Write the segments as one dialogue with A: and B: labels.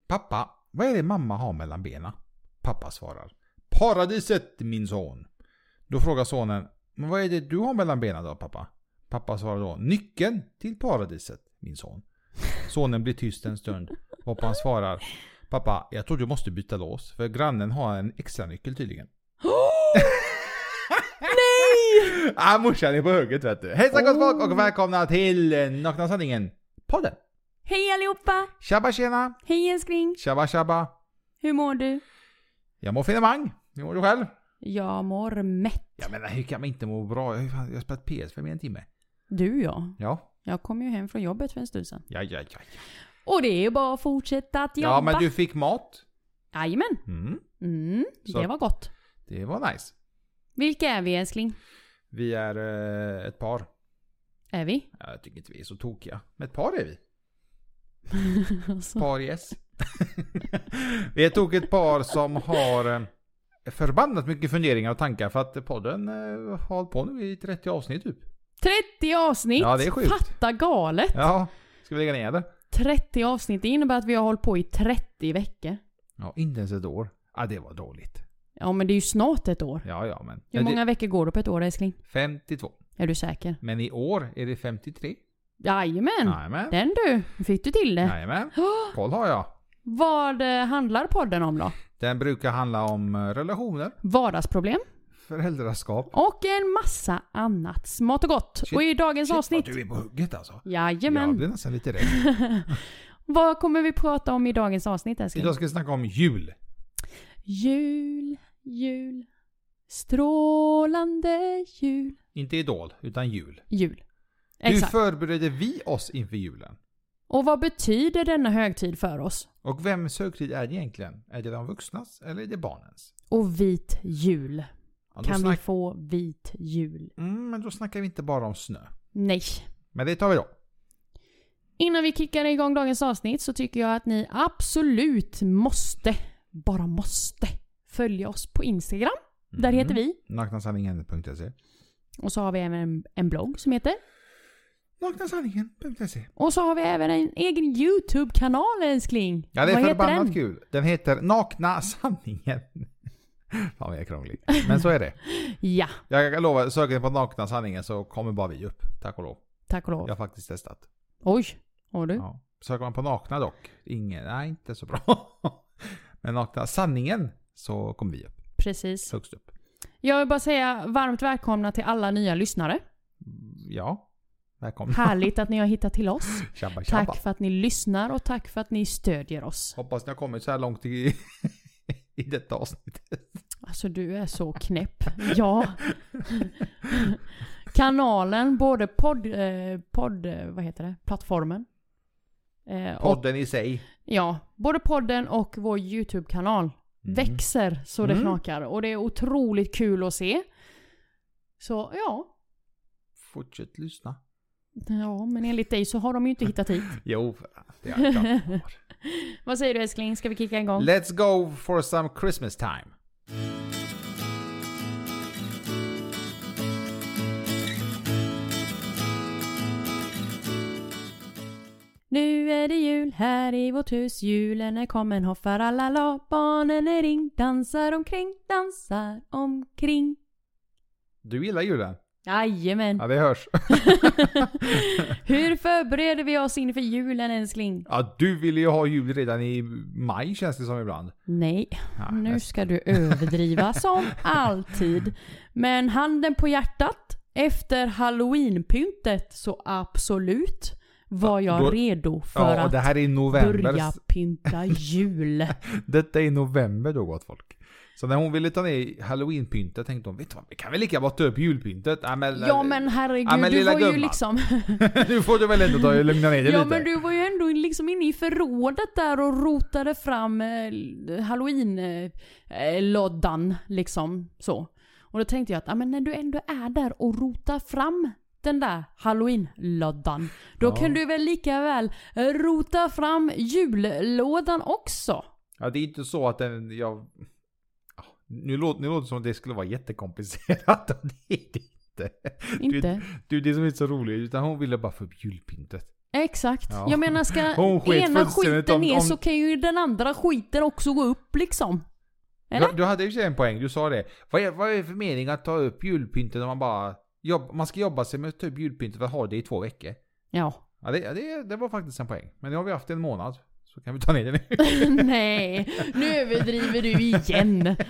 A: Pappa, vad är det mamma har mellan benen? Pappa svarar: paradiset, min son. Då frågar sonen: men vad är det du har mellan benen då, pappa? Pappa svarar då: nyckeln till paradiset, min son. Sonen blir tyst en stund och han svarar: pappa, jag tror du måste byta lås, för grannen har en extra nyckel tydligen.
B: Nej!
A: Morsan är på hugget, vet du. Hejsan gott folk och välkomna till Nakna Sanningen podden.
B: Hej allihopa!
A: Tjabba tjena.
B: Hej älskling!
A: Tjabba tjabba.
B: Hur mår du?
A: Jag mår finemang. Hur mår du själv?
B: Jag mår mätt.
A: Jag menar, hur kan man inte må bra? Jag har spelat PS för mer en timme.
B: Du ja.
A: Ja.
B: Jag kom ju hem från jobbet för en stund sedan.
A: Ja.
B: Och det är ju bara att fortsätta att jobba.
A: Ja, men du fick mat.
B: Jajamän. Det var gott.
A: Det var nice.
B: Vilka är vi älskling?
A: Vi är ett par.
B: Är vi?
A: Jag tycker inte vi är så tokiga. Men ett par är vi.
B: Alltså.
A: Par yes. Vi är ett par som har förbannat mycket funderingar och tankar för att podden har hållit på nu i 30 avsnitt typ.
B: 30 avsnitt?
A: Ja, det är sjukt.
B: Fatta galet.
A: Ja, ska vi lägga ner det?
B: 30 avsnitt, det innebär att vi har hållit på i 30 veckor.
A: Ja, inte ens ett år. Ja, det var dåligt.
B: Ja, men det är ju snart ett år.
A: Ja, men.
B: Hur många veckor går det på ett år älskling?
A: 52.
B: Är du säker?
A: Men i år är det 53.
B: Jajamän. Den du. Fick du till det?
A: Jajamän. Koll har jag.
B: Vad handlar podden om då?
A: Den brukar handla om relationer,
B: Vardagsproblem
A: föräldraskap
B: och en massa annat smått och gott.
A: Shit,
B: och i dagens avsnitt...
A: du är på hugget alltså.
B: Jajamän.
A: Jag blir nästan lite rädd.
B: Vad kommer vi prata om i dagens avsnitt älskling?
A: Idag ska vi snacka om jul.
B: Jul. Strålande jul.
A: Inte idol, utan jul.
B: Jul.
A: Hur
B: Exakt.
A: förbereder vi oss inför julen?
B: Och vad betyder denna högtid för oss?
A: Och vems högtid är det egentligen? Är det de vuxnas eller är det barnens?
B: Och vit jul.
A: Ja,
B: Kan vi få vit jul?
A: Men då snackar vi inte bara om snö.
B: Nej.
A: Men det tar vi då.
B: Innan vi kickar igång dagens avsnitt så tycker jag att ni absolut måste följa oss på Instagram. Där heter vi.
A: Naknasanningen.se.
B: Och så har vi även en blogg som heter
A: Naknasanningen.se.
B: Och så har vi även en egen YouTube-kanal älskling.
A: Ja, det är
B: Vad
A: förbannat
B: heter den?
A: kul. Den heter Nakna Sanningen. Fan vad jag är krånglig. Men så är det.
B: Ja.
A: Jag kan lova, söker ni på Nakna Sanningen så kommer bara vi upp. Tack och lov.
B: Tack och lov.
A: Jag har faktiskt testat.
B: Oj. Har du?
A: Ja. Söker man på Nakna dock. Nej, inte så bra. Men Nakna Sanningen så kommer vi upp.
B: Precis.
A: Högst upp.
B: Jag vill bara säga varmt välkomna till alla nya lyssnare.
A: Ja. Välkomna.
B: Härligt att ni har hittat till oss.
A: Tjabba.
B: Tack för att ni lyssnar och tack för att ni stödjer oss.
A: Hoppas ni har kommit så här långt i detta avsnittet.
B: Alltså du är så knäpp. Ja. Kanalen, både vad heter det? Plattformen.
A: Podden i sig.
B: Ja, både podden och vår YouTube-kanal växer så det knakar. Och det är otroligt kul att se. Så ja.
A: Fortsätt lyssna.
B: Ja, men enligt dig så har de ju inte hittat hit.
A: Jo, det är klart.
B: Vad säger du älskling? Ska vi kicka igång?
A: Let's go for some Christmas time.
B: Nu är det jul här i vårt hus. Julen är kommen, hoppar alla la. Barnen är ring, dansar omkring.
A: Du gillar julen?
B: Jajamän.
A: Ja, det hörs.
B: Hur förbereder vi oss inför julen älskling?
A: Ja, du vill ju ha jul redan i maj känns det som ibland.
B: Nej,
A: Ja,
B: nu ska du överdriva som alltid. Men handen på hjärtat, efter Halloween-pyntet så absolut var jag redo för att
A: det här är november.
B: börja pynta jul.
A: Detta är november då, gott folk. Så när hon ville ta ner Halloween-pyntet tänkte hon, vet du vad, vi kan väl lika bra ta upp julpyntet?
B: Ja men herregud,
A: men
B: du
A: lilla
B: var ju
A: gumman.
B: liksom...
A: Nu får du väl ändå lugna ner dig
B: Ja
A: lite.
B: men du var ju ändå liksom inne i förrådet där och rotade fram Halloween-loddan liksom så. Och då tänkte jag att men när du ändå är där och rotar fram den där Halloween-loddan, då kan du väl lika väl rota fram jullådan också.
A: Ja, det är inte så att den... Nu låter det som att det skulle vara jättekomplicerat. Och det är det inte.
B: Inte?
A: Du, det som är så roligt. Utan hon ville bara få upp julpyntet.
B: Exakt.
A: Ja.
B: Jag menar, ska
A: Hon sket
B: ena
A: fullständigt
B: skiten
A: om-
B: ner
A: om-
B: så kan ju den andra skiten också gå upp liksom. Eller?
A: Du hade ju en poäng, du sa det. Vad är det för mening att ta upp julpynten när man bara... man ska jobba sig med att ta upp julpynten för att ha det i 2 veckor.
B: Ja.
A: Ja, det var faktiskt en poäng. Men nu har vi haft en månad. Så kan vi ta ner det nu.
B: Nej, nu överdriver du igen. Men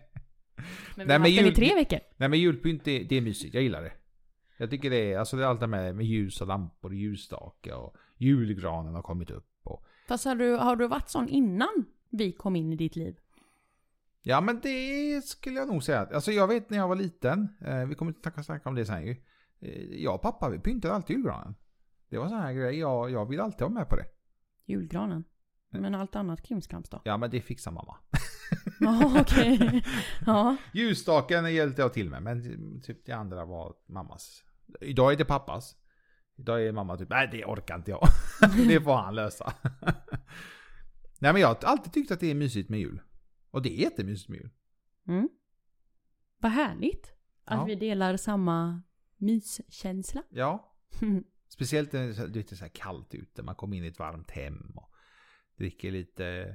B: vi
A: Nej,
B: har
A: men
B: haft den i 3 veckor.
A: Nej, men julpynt det är mysigt. Jag gillar det. Jag tycker det är... Alltså det är allt det med ljus och lampor och ljusstake och julgranen har kommit upp. Och...
B: Fast har du varit sån innan vi kom in i ditt liv?
A: Ja, men det skulle jag nog säga. Alltså jag vet när jag var liten. Vi kommer inte snacka om det sen ju. Jag och pappa, vi pyntade alltid julgranen. Det var sån här grej. Jag vill alltid vara med på det.
B: Julgranen? Men allt annat krimskrams då?
A: Ja, men det fixar mamma.
B: Ja, okej. Ja.
A: Ljusstaken hjälpte jag till med. Men typ det andra var mammas. Idag är det pappas. Idag är mamma typ, nej det orkar inte jag. Det får han lösa. Nej, men jag har alltid tyckt att det är mysigt med jul. Och det är jättemysigt med jul.
B: Mm. Vad härligt. Att
A: Ja.
B: vi delar samma myskänsla.
A: Ja. Speciellt när det är lite så här kallt ute. Man kommer in i ett varmt hem och dricker lite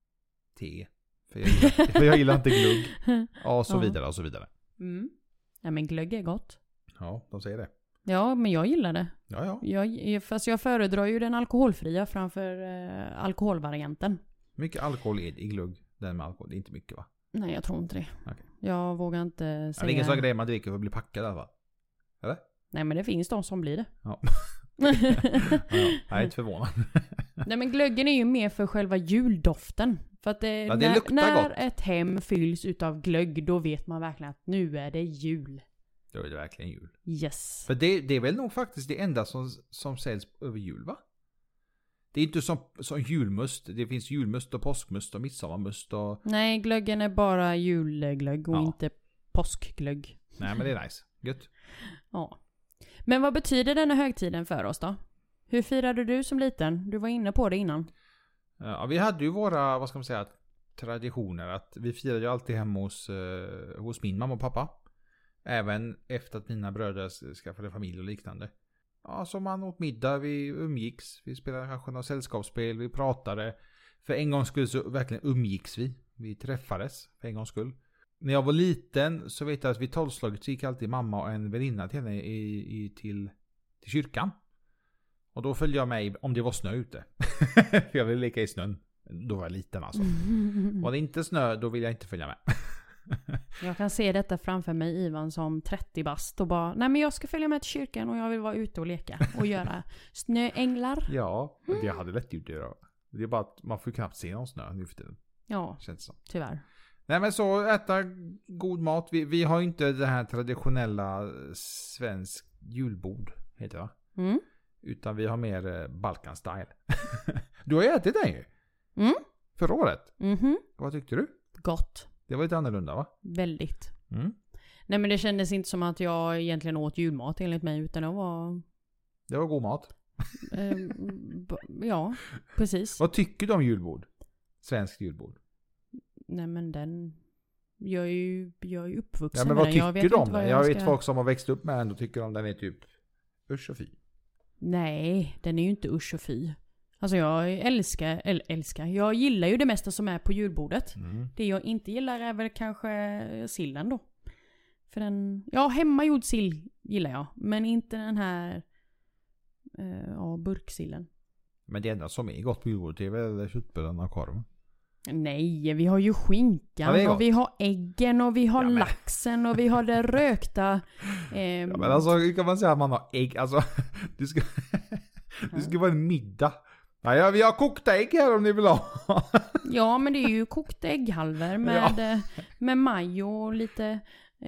A: te. För jag gillar inte glugg. Och så vidare och så vidare.
B: Mm. Ja, men glögg är gott.
A: Ja, de säger det.
B: Ja, men jag gillar det.
A: Ja.
B: Fast jag föredrar ju den alkoholfria framför alkoholvarianten.
A: Mycket alkohol i glugg. Den med alkohol. Det är inte mycket, va?
B: Nej, jag tror inte det.
A: Okej.
B: Jag vågar inte
A: Ja,
B: säga...
A: det är ingen sån grej man dricker för att bli packad i alla fall. Eller?
B: Nej, men det finns de som blir det.
A: Ja. Ja. Jag är inte förvånad.
B: Nej, men glöggen är ju mer för själva juldoften. För att
A: Ja, det luktar
B: när
A: gott.
B: ett hem fylls utav glögg, då vet man verkligen att nu är det jul.
A: Då är det verkligen jul.
B: Yes.
A: För det är väl nog faktiskt det enda som säljs över jul, va? Det är inte som julmust. Det finns julmust och påskmust och midsommarmust och...
B: Nej, glöggen är bara julglögg och
A: Ja.
B: inte påskglögg.
A: Nej, men det är nice. Gött.
B: Ja. Men vad betyder denna högtiden för oss då? Hur firade du som liten? Du var inne på det innan.
A: Ja, vi hade ju våra, vad ska man säga, traditioner. Att vi firade ju alltid hemma hos min mamma och pappa. Även efter att mina bröder skaffade familj och liknande. Ja, så man åt middag, vi umgicks. Vi spelade kanske något sällskapsspel, vi pratade. För en gångs skull så verkligen umgicks vi. Vi träffades för en gångs skull. När jag var liten så vet jag att vid 12-slaget så gick alltid mamma och en väninna till henne till kyrkan. Och då följde jag med om det var snö ute. För jag ville leka i snön. Då var jag liten alltså. Var det inte snö, då vill jag inte följa med.
B: Jag kan se detta framför mig, Ivan som 30 bast och bara, nej men jag ska följa med till kyrkan och jag vill vara ute och leka och göra snöänglar.
A: Ja, det hade lätt gjort det då. Det är bara att man får knappt se någon snö nu för tiden.
B: Ja,
A: Känns som.
B: tyvärr.
A: Nej, men så äta god mat. Vi har ju inte det här traditionella svensk julbord, heter det, va?
B: Mm.
A: Utan vi har mer Balkan-style. Du har ju ätit den ju.
B: Mm.
A: Förra året.
B: Mhm.
A: Vad tyckte du?
B: Gott.
A: Det var lite annorlunda, va?
B: Väldigt.
A: Mm.
B: Nej, men det kändes inte som att jag egentligen åt julmat enligt mig, utan det var...
A: Det var god mat.
B: Ja, precis.
A: Vad tycker du om julbord? Svenskt julbord.
B: Nej, men den... Jag är ju uppvuxen
A: Ja, men
B: med
A: vad
B: den. Jag
A: tycker
B: vet
A: du om
B: inte vad
A: den? Jag vet
B: ska...
A: folk som har växt upp med den och tycker om den är typ usch och fy.
B: Nej, den är ju inte usch och fy. Alltså jag älskar. Jag gillar ju det mesta som är på julbordet.
A: Mm.
B: Det jag inte gillar är väl kanske sillen då. För den... Ja, hemmagjord sill gillar jag. Men inte den här... burksillen.
A: Men det enda som är gott på julbordet är väl köttbullarna och korven.
B: Nej, vi har ju skinkan,
A: Ja, det är
B: och
A: gott.
B: vi har äggen och vi har
A: Ja, men-
B: laxen och vi har det rökta.
A: Ja, men alltså hur kan man säga att man har ägg? Alltså, det ska vara en middag. Ja, vi har kokta ägg här om ni vill ha.
B: Ja, men det är ju kokta ägghalvor med majo och lite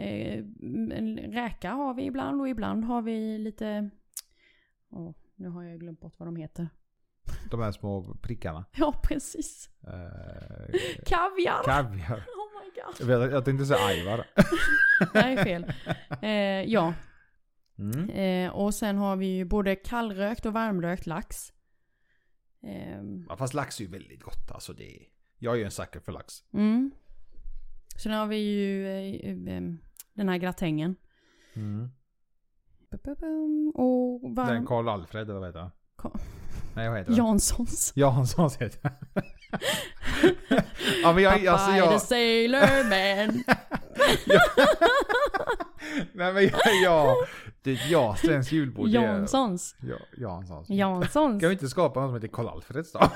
B: räka har vi ibland, och ibland har vi lite... nu har jag glömt bort vad de heter.
A: De här små prickarna.
B: Ja, precis. Kaviar!
A: Kaviar.
B: Oh my god.
A: Jag tänkte säga ajvar.
B: Nej, fel. Ja.
A: Mm.
B: Och sen har vi ju både kallrökt och varmrökt lax.
A: Ja, fast lax är ju väldigt gott. Alltså jag är ju en sucker för lax.
B: Mm. Sen har vi ju den här gratängen.
A: Mm.
B: Och
A: Den Karl Alfred eller vad heter det? Nej, vad heter det?
B: Janssons.
A: Janssons heter det. Ja, men
B: Pappa är the sailor man.
A: Nej, men svensk julbord.
B: Janssons.
A: Janssons. Kan vi inte skapa något som heter Karl Alfreds då?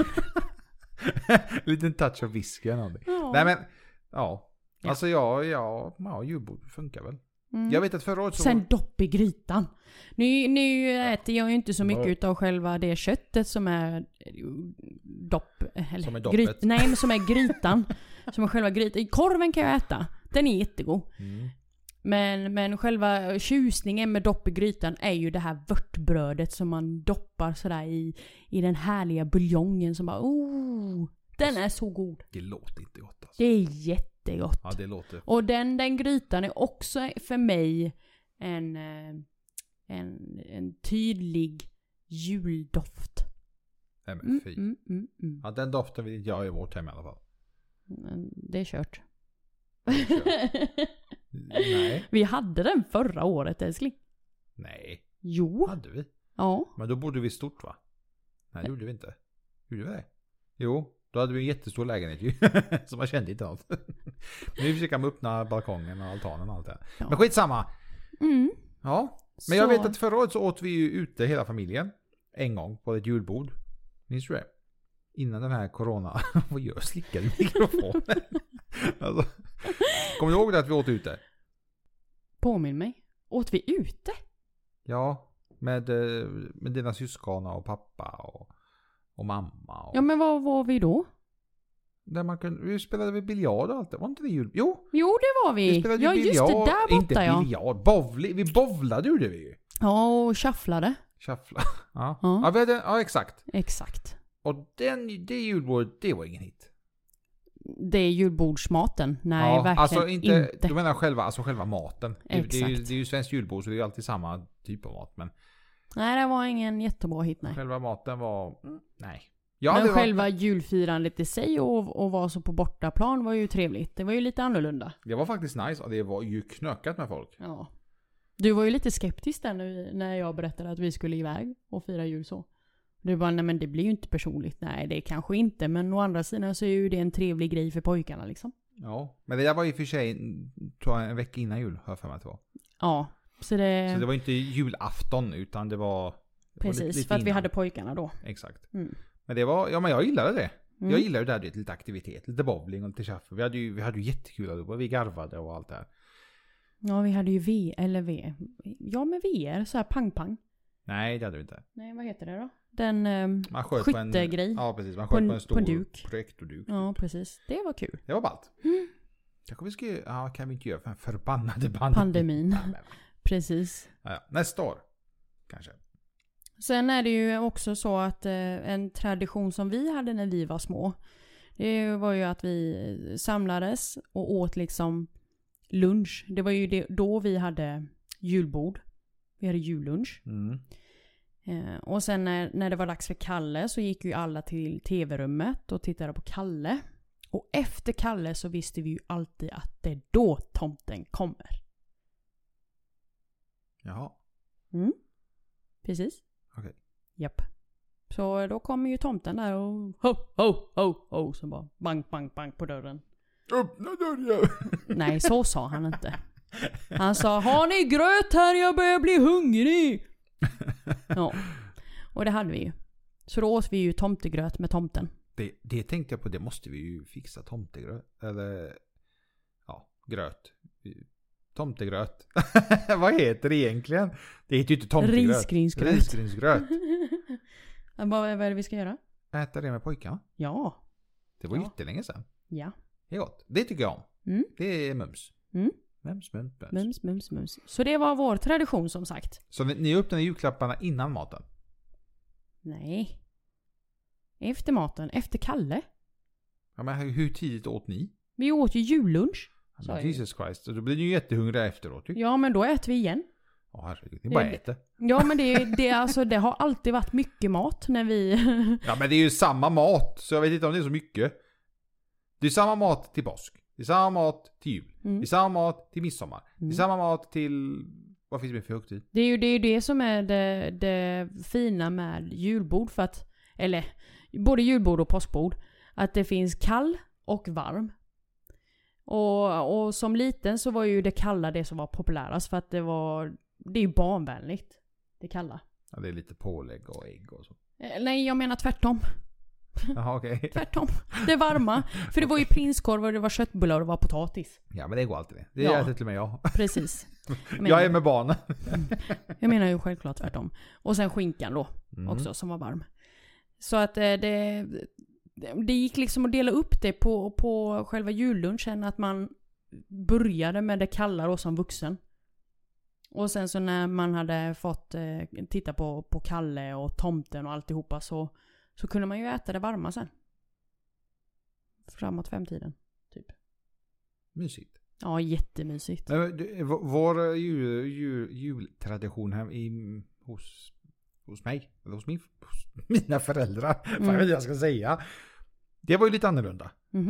A: Liten touch av whisky eller någonting.
B: Ja.
A: Nej, men ja. Alltså julbord funkar väl. Jag vet att förra året så...
B: Sen dopp i grytan. Nu äter jag ju inte så mycket av själva det köttet som är dopp. Eller
A: som är doppet?
B: Nej, men som är grytan. Som är själva grytan. Korven kan jag äta. Den är jättegod. Men själva tjusningen med dopp i grytan är ju det här vörtbrödet som man doppar sådär i den härliga buljongen som bara den är så god.
A: Det låter inte gott alltså.
B: Det är jättegott.
A: Ja, det låter.
B: Och den grytan är också för mig en tydlig juldoft.
A: Nej, men fy. Ja, den doften vill jag i vårt hem i alla fall.
B: Det är kört.
A: Nej.
B: Vi hade den förra året, älskling.
A: Nej.
B: Jo.
A: Hade vi?
B: Ja.
A: Men då bodde vi stort, va? Nej, det gjorde vi inte. Gjorde vi det? Jo, då hade vi en jättestor lägenhet ju. Så man kände inte allt. Nu försöker man öppna balkongen och altanen och allt det. Ja. Men skitsamma. Ja. Men jag vet att förra året så åt vi ju ute hela familjen. En gång på ett julbord. Minns du det? Innan den här corona. Vad gör slickade mikrofonen? Alltså, kommer du ihåg det att vi åt ute?
B: Påminn mig. Åt vi ute?
A: Ja. Med dina syskon och pappa och mamma. Och...
B: Ja, men vad var vi då?
A: Där vi spelade vi biljard och allt det. Var inte det jul? Jo,
B: det var vi.
A: Vi spelade biljard.
B: Just det, där borta
A: inte biljard. Vi bowlade gjorde vi ju.
B: Ja, och shufflade.
A: Ja, exakt.
B: Exakt.
A: Och det julbordet, det var ingen hit.
B: Det är julbordsmaten. Nej, verkligen
A: alltså
B: inte.
A: Du menar själva maten.
B: Exakt.
A: Det är ju svensk julbord så det är ju alltid samma typ av mat. Men
B: nej, det var ingen jättebra hit, nej.
A: Själva maten var... nej.
B: Men själva julfirandet i sig och vara så på bortaplan var ju trevligt. Det var ju lite annorlunda.
A: Det var faktiskt nice och det var ju knökat med folk.
B: Ja. Du var ju lite skeptisk där när jag berättade att vi skulle iväg och fira jul så. Du bara, nej men det blir ju inte personligt. Nej, det kanske inte. Men å andra sidan så är ju det en trevlig grej för pojkarna liksom.
A: Ja, men det där var ju för sig en vecka innan jul, hör för mig att det var.
B: Ja, så det var
A: inte julafton utan det var...
B: Precis, lite för att vi hade pojkarna då.
A: Exakt. Men det var, men jag gillade det. Jag gillade det där, lite aktivitet, lite bowling och lite kaffe. Vi hade ju jättekul då, vi garvade och allt det här.
B: Ja, vi hade ju VR, så här pang-pang.
A: Nej, det hade vi inte.
B: Nej, vad heter det då? Den
A: skyttegrej. Ja, precis. Man sköt på en stor projektorduk.
B: Ja, precis. Det var kul.
A: Det var ballt. Kanske vi ska kan vi inte göra för en förbannade
B: pandemin. Precis.
A: Ja, nästa år. Kanske.
B: Sen är det ju också så att en tradition som vi hade när vi var små. Det var ju att vi samlades och åt liksom lunch. Det var ju då vi hade julbord. Vi hade jullunch. Och sen när det var dags för Kalle så gick ju alla till tv-rummet och tittade på Kalle. Och efter Kalle så visste vi ju alltid att det är då tomten kommer.
A: Jaha.
B: Precis.
A: Okej.
B: Japp. Så då kommer ju tomten där och ho, ho, ho, ho. Så bara bang, bang, bang på dörren.
A: Öppna dörren!
B: Nej, så sa han inte. Han sa, har ni gröt här? Jag börjar bli hungrig. Ja. Och det hade vi ju. Så då åt vi ju tomtegröt med tomten.
A: Det tänkte jag på, det måste vi ju fixa tomtegröt. Eller, gröt. Tomtegröt. Vad heter det egentligen? Det heter ju inte tomtegröt. Risgrynsgröt.
B: Vad är det vi ska göra?
A: Äta det med pojkarna.
B: Ja.
A: Det var jättelänge sedan.
B: Ja.
A: Det är gott. Det tycker jag om. Det är mums.
B: Mums. Så det var vår tradition som sagt.
A: Så ni öppnade julklapparna innan maten?
B: Nej. Efter maten. Efter Kalle.
A: Ja, men hur tidigt åt ni?
B: Vi åt ju jullunch.
A: Jesus Christ. Då blir ni ju jättehungriga efteråt.
B: Ja, men då äter vi igen.
A: Herregud, ni bara äter.
B: Ja, men det har alltid varit mycket mat när vi...
A: Ja, men det är ju samma mat. Så jag vet inte om det är så mycket. Det är samma mat till påsk. Det är samma mat till jul. Det är samma mat till midsommar. Det är samma mat till Vad finns det för högtid?
B: Det är ju det som är det fina med julbord. För att, eller både julbord och påskbord. Att det finns kall och varm. Och som liten så var ju det kalla det som var populärast. För att det är ju barnvänligt. Det kalla.
A: Ja, det är lite pålägg och ägg och så.
B: Nej, jag menar tvärtom.
A: Jaha, okej. Okay.
B: Tvärtom. Det varma. För det var ju prinskorv och det var köttbullar och det var potatis.
A: Ja, men det går alltid det. Det är till och med jag.
B: Precis.
A: Jag är med barnen.
B: Jag menar ju självklart tvärtom. Och sen skinkan då också som var varm. Så att det gick liksom att dela upp det på själva jullunchen. Att man började med det kalla då som vuxen. Och sen så när man hade fått titta på Kalle och tomten och alltihopa så kunde man ju äta det varma sen. Framåt 5-tiden, typ.
A: Mysigt.
B: Ja, jättemysigt.
A: Vår jultradition här hos mig, eller hos mina föräldrar, vad jag ska säga. Det var ju lite annorlunda.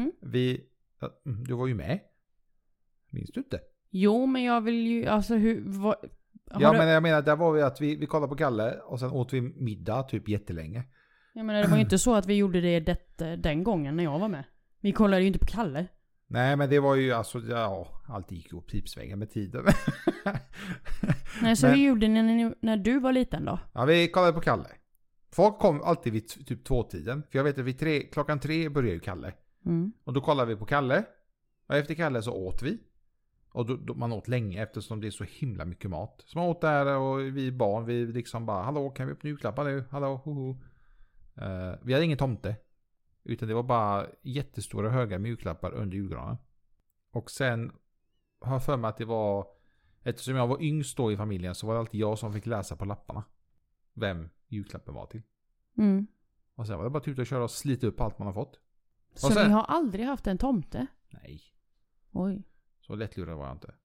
A: Du var ju med. Minns du inte?
B: Jo, men jag vill ju, alltså
A: men jag menar, där var vi att vi kollade på Kalle och sen åt vi middag typ jättelänge.
B: Jag menar, det var ju inte så att vi gjorde det den gången när jag var med. Vi kollade ju inte på Kalle.
A: Nej, men det var ju alltså, allt gick ju upp pipsvängen med tiden.
B: Nej, så hur gjorde ni när du var liten då?
A: Ja, vi kollade på Kalle. Folk kom alltid vid typ 2-tiden. För jag vet att klockan 3 började ju Kalle. Och då kollade vi på Kalle. Och efter Kalle så åt vi. Och då man åt länge eftersom det är så himla mycket mat. Så man åt där och vi barn, vi liksom bara, hallå, kan vi öppna julklappar nu? Hallå, hoho. Vi hade ingen tomte. Utan det var bara jättestora höga mjukklappar under julgranen. Och sen har jag för mig att det var, eftersom jag var yngst då i familjen så var det alltid jag som fick läsa på lapparna vem julklappen var till. Och sen var det bara ut och köra och slita upp allt man har fått.
B: Så sen, ni har aldrig haft en tomte?
A: Nej.
B: Oj.
A: Så lättlurad var jag inte.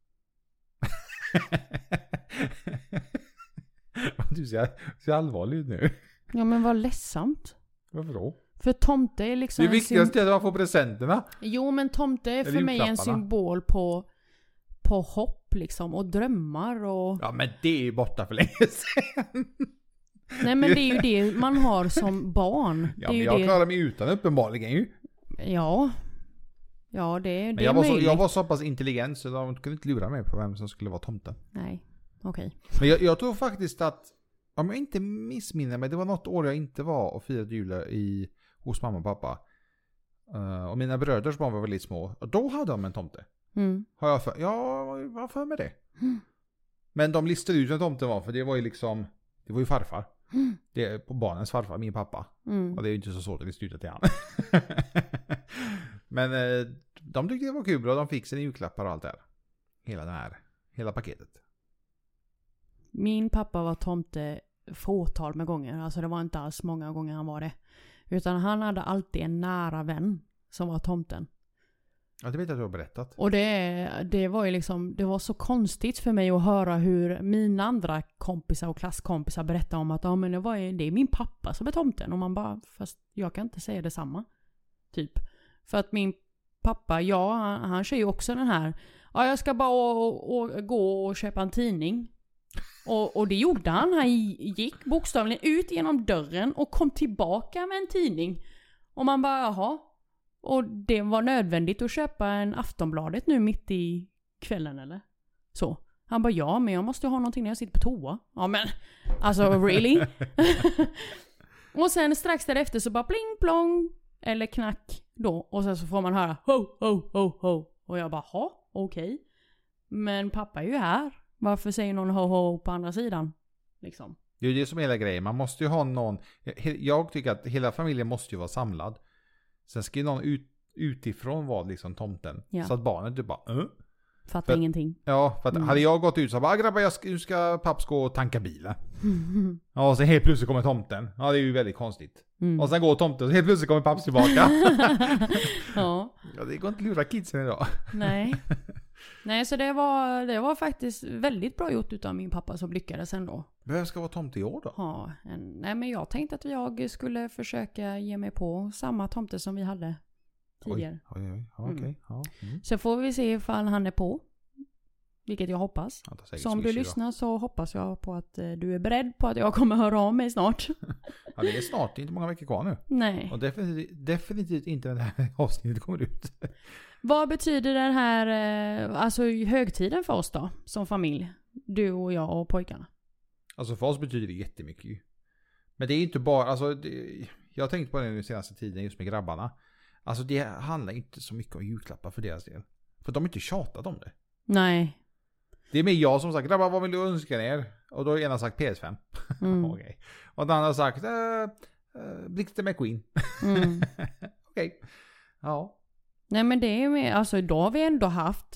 A: Du ser allvarlig ut nu.
B: Ja, men vad ledsamt.
A: Varför då?
B: För tomte är liksom...
A: Det viktigaste är att få presenterna.
B: Jo, men tomte är för mig en symbol på hopp liksom. Och drömmar och...
A: Ja, men det är ju borta för länge sedan.
B: Nej, men det är ju det man har som barn.
A: Ja, men jag klarar mig utan uppenbarligen ju.
B: Ja. Ja, det är
A: jag var så pass intelligent så de kunde inte lura mig på vem som skulle vara tomten.
B: Nej, okej.
A: Men jag tror faktiskt att, om jag inte missminner mig, det var något år jag inte var och firade jul hos mamma och pappa. Och mina bröders barn var väldigt små. Och då hade de en tomte. Har jag för mig det. Men de listade ut vem tomten var, för det var ju liksom, det var ju farfar. Det är på barnens farfar, min pappa. Och det är ju inte så svårt att lista ut till han. Men de tyckte det var kul och de fick sina julklappar och allt där. Hela paketet.
B: Min pappa var tomte fåtal med gånger. Alltså det var inte alls många gånger han var det. Utan han hade alltid en nära vän som var tomten.
A: Ja, det vet jag att du har berättat.
B: Och det var ju liksom, det var så konstigt för mig att höra hur mina andra kompisar och klasskompisar berättade om att men det är min pappa som är tomten. Och man bara, fast jag kan inte säga detsamma. Typ. För att min pappa, han kör ju också den här, jag ska bara gå och köpa en tidning. Och det gjorde han. Han gick bokstavligen ut genom dörren och kom tillbaka med en tidning. Och man bara, jaha. Och det var nödvändigt att köpa en Aftonbladet nu mitt i kvällen eller så. Han bara, ja, men jag måste ha någonting när jag sitter på toa. Ja, men alltså really? Och sen strax därefter så bara pling plong eller knack då. Och sen så får man höra ho, ho, ho, ho. Och jag bara, okej. Men pappa är ju här. Varför säger någon ho, ho på andra sidan? Liksom.
A: Det är ju det som är hela grejen. Man måste ju ha någon. Jag tycker att hela familjen måste ju vara samlad. Sen ska ju någon utifrån vara liksom tomten. Ja. Så att barnet du bara
B: fattar ingenting.
A: Ja, för att hade jag gått ut så bara, grabbar, nu ska papps gå och tanka bilen. Ja, och sen helt plötsligt kommer tomten. Ja, det är ju väldigt konstigt. Och sen går tomten och helt plötsligt kommer papps tillbaka. Ja, det går inte att lura kidsen idag.
B: Nej, så det var faktiskt väldigt bra gjort utav min pappa som lyckades ändå.
A: Vem ska vara tomte i år då?
B: Ja, nej, men jag tänkte att jag skulle försöka ge mig på samma tomte som vi hade tidigare.
A: Oj. Ja, okej. Ja.
B: Så får vi se ifall han är på Vilket jag hoppas.
A: Jag tar säkert
B: Så om du
A: Swish idag.
B: lyssnar så hoppas jag på att du är beredd på att jag kommer höra av mig snart.
A: Ja, det är snart. Det är inte många veckor kvar nu.
B: Nej.
A: Och definitivt inte när det här avsnittet kommer ut.
B: Vad betyder den här alltså högtiden för oss då? Som familj? Du och jag och pojkarna.
A: Alltså för oss betyder det jättemycket ju. Men det är inte bara, alltså jag har tänkt på det den senaste tiden just med grabbarna. Alltså det handlar inte så mycket om julklappar för deras del. För de har inte tjatat om det.
B: Nej.
A: Det är mer jag som sagt, grabbar vad vill du önska er? Och då har ena sagt PS5. Okej. Och den andra har sagt Blixten McQueen. Okej. Ja.
B: Nej men det är med, alltså då har vi ändå haft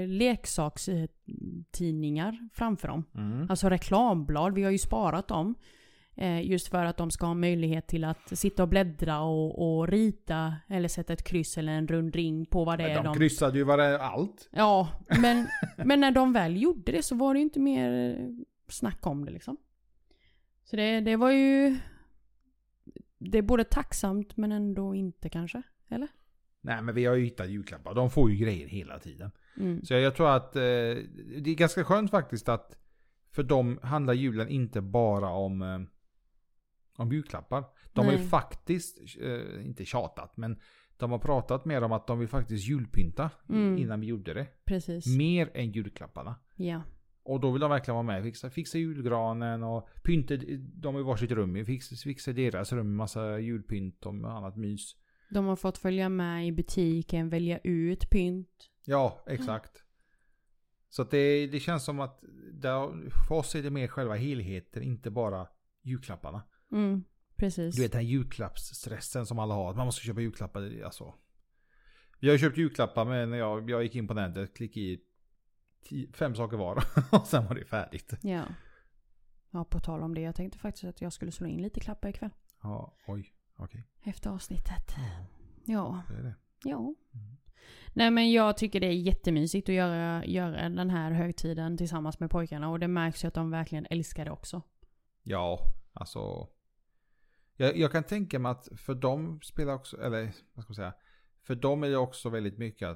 B: leksakstidningar framför dem. Alltså reklamblad, vi har ju sparat dem. Just för att de ska ha möjlighet till att sitta och bläddra och rita eller sätta ett kryss eller en rund ring på vad det är.
A: De kryssade ju allt.
B: Ja, men när de väl gjorde det så var det ju inte mer snack om det liksom. Så det var ju, det är både tacksamt men ändå inte kanske, eller?
A: Nej men vi har ju hittat julklappar, de får ju grejer hela tiden. Så jag tror att det är ganska skönt faktiskt att för dem handlar julen inte bara om julklappar. De har ju faktiskt, inte tjatat, men de har pratat mer om att de vill faktiskt julpynta innan vi gjorde det.
B: Precis.
A: Mer än julklapparna.
B: Ja.
A: Och då vill de verkligen vara med. Fixa julgranen och pynta, de har ju varsitt rum. Fixa deras rum med massa julpynt och annat mys.
B: De har fått följa med i butiken, välja ut pynt.
A: Ja, exakt. Så att det känns som att för oss är det mer själva helheten, inte bara julklapparna.
B: Precis.
A: Du vet den här julklappsstressen som alla har. Att man måste köpa julklappar. Alltså. Vi har ju köpt julklappar men när jag gick in på nätet, klickade i 5 saker var och sen var det färdigt.
B: Ja. Ja, på tal om det. Jag tänkte faktiskt att jag skulle slå in lite klappar ikväll.
A: Ja, oj. Okej.
B: Efter avsnittet. Ja.
A: Det är det.
B: Ja. Nej men jag tycker det är jättemysigt att göra den här högtiden tillsammans med pojkarna. Och det märks ju att de verkligen älskar det också.
A: Ja, alltså. Jag kan tänka mig att för dem spelar också, eller vad ska man säga. För dem är det också väldigt mycket